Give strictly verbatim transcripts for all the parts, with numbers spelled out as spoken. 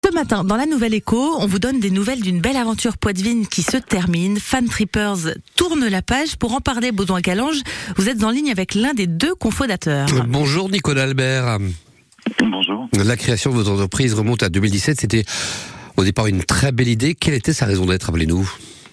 Ce matin, dans la Nouvelle Écho, on vous donne des nouvelles d'une belle aventure poitevine qui se termine. Fan Trippers tourne la page. Pour en parler, Baudouin Calange, vous êtes en ligne avec l'un des deux cofondateurs. Bonjour Nicolas Albert. Bonjour. La création de votre entreprise remonte à deux mille dix-sept. C'était au départ une très belle idée. Quelle était sa raison d'être, rappelez-nous ?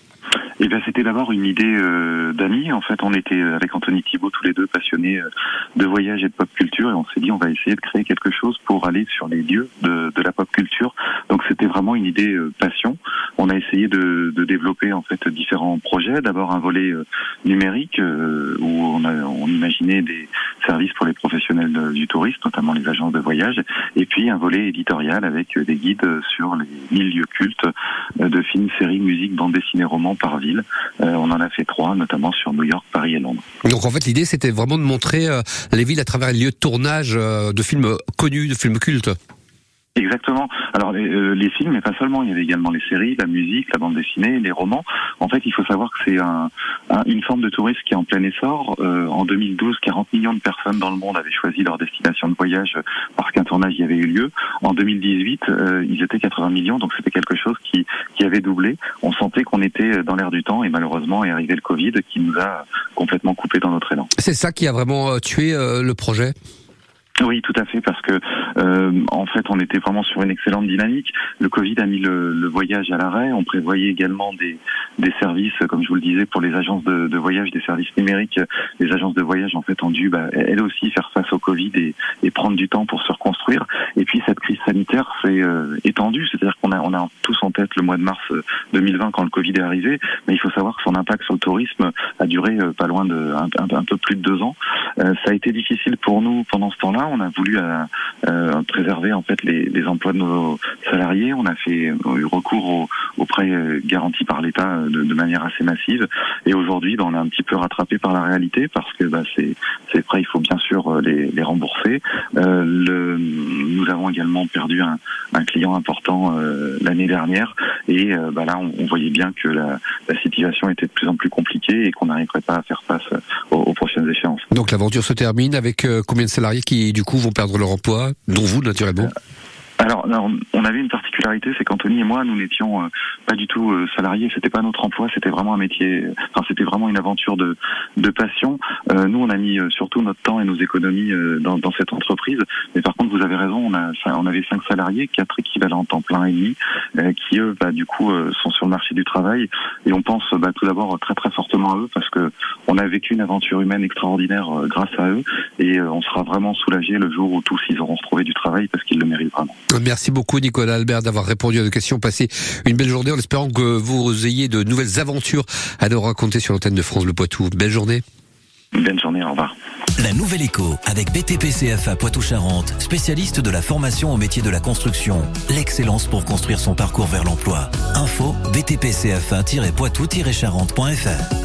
Eh bien, c'était d'abord une idée euh, d'amis. En fait, on était avec Anthony Thibault tous les deux passionnés euh, de voyage et de pop culture, et on s'est dit on va essayer de créer quelque chose pour aller sur les lieux de, de la pop culture. Donc, c'était vraiment une idée euh, passion. On a essayé de, de développer en fait différents projets. D'abord un volet euh, numérique euh, où on, a, on imaginait des services pour les professionnels de, du tourisme, notamment les agences de voyage, et puis un volet éditorial avec euh, des guides sur les mille lieux cultes euh, de films, séries, musique, bande dessinée, romans par ville. Euh, on en a fait trois, notamment sur New York, Paris et Londres. Donc en fait l'idée c'était vraiment de montrer euh, les villes à travers les lieux de tournage euh, de films connus, de films cultes. Exactement. Alors les, euh, les films, mais pas seulement, il y avait également les séries, la musique, la bande dessinée, les romans. En fait, il faut savoir que c'est un, un, une forme de tourisme qui est en plein essor. Euh, en deux mille douze, quarante millions de personnes dans le monde avaient choisi leur destination de voyage parce qu'un tournage y avait eu lieu. En deux mille dix-huit, euh, ils étaient quatre-vingts millions, donc c'était quelque chose qui, qui avait doublé. On sentait qu'on était dans l'air du temps et malheureusement est arrivé le Covid qui nous a complètement coupé dans notre élan. C'est ça qui a vraiment tué euh, le projet ? Oui, tout à fait, parce que euh, en fait, on était vraiment sur une excellente dynamique. Le Covid a mis le, le voyage à l'arrêt. On prévoyait également des, des services, comme je vous le disais, pour les agences de, de voyage, des services numériques. Les agences de voyage, en fait, ont dû, bah, elles aussi, faire face au Covid et, et prendre du temps pour se reconstruire. Et puis, cette crise sanitaire s'est euh, étendue. C'est-à-dire qu'on a, on a tous en tête le mois de mars deux mille vingt quand le Covid est arrivé. Mais il faut savoir que son impact sur le tourisme a duré euh, pas loin de un, un, un peu plus de deux ans. Euh, ça a été difficile pour nous pendant ce temps-là. On a voulu euh, euh, préserver en fait les, les emplois de nos salariés. On a fait on a eu recours aux, aux prêts garantis par l'État de, de manière assez massive. Et aujourd'hui, bah, on est un petit peu rattrapé par la réalité parce que bah, ces, ces prêts, il faut bien sûr les, les rembourser. Euh, le, nous avons également perdu un, un client important euh, l'année dernière. Et euh, bah, là, on, on voyait bien que la, la situation était de plus en plus compliquée et qu'on n'arriverait pas à faire face aux, aux prochaines échéances. Donc l'aventure se termine avec euh, combien de salariés qui du coup vont perdre leur emploi, dont vous naturellement ? Alors, alors, on avait une particularité, c'est qu'Anthony et moi, nous n'étions euh, pas du tout euh, salariés. C'était pas notre emploi, c'était vraiment un métier. Enfin, c'était vraiment une aventure de, de passion. Euh, nous, on a mis euh, surtout notre temps et nos économies euh, dans, dans cette entreprise. Mais par contre, vous avez raison, on a, on avait cinq salariés, quatre équivalents temps plein et demi, euh, qui eux, bah, du coup, euh, sont sur le marché du travail. Et on pense, bah, tout d'abord très très fortement à eux parce que on a vécu une aventure humaine extraordinaire euh, grâce à eux. Et euh, on sera vraiment soulagés le jour où tous ils auront retrouvé du travail parce qu'ils le méritent vraiment. Merci beaucoup Nicolas Albert d'avoir répondu à nos questions. Passez une belle journée en espérant que vous ayez de nouvelles aventures à nous raconter sur l'antenne de France Bleu Poitou. Belle journée. Belle journée, au revoir. La Nouvelle Écho avec B T P C F A Poitou-Charentes, spécialiste de la formation au métier de la construction. L'excellence pour construire son parcours vers l'emploi. Info b t p c f a tiret poitou tiret charentes point f r.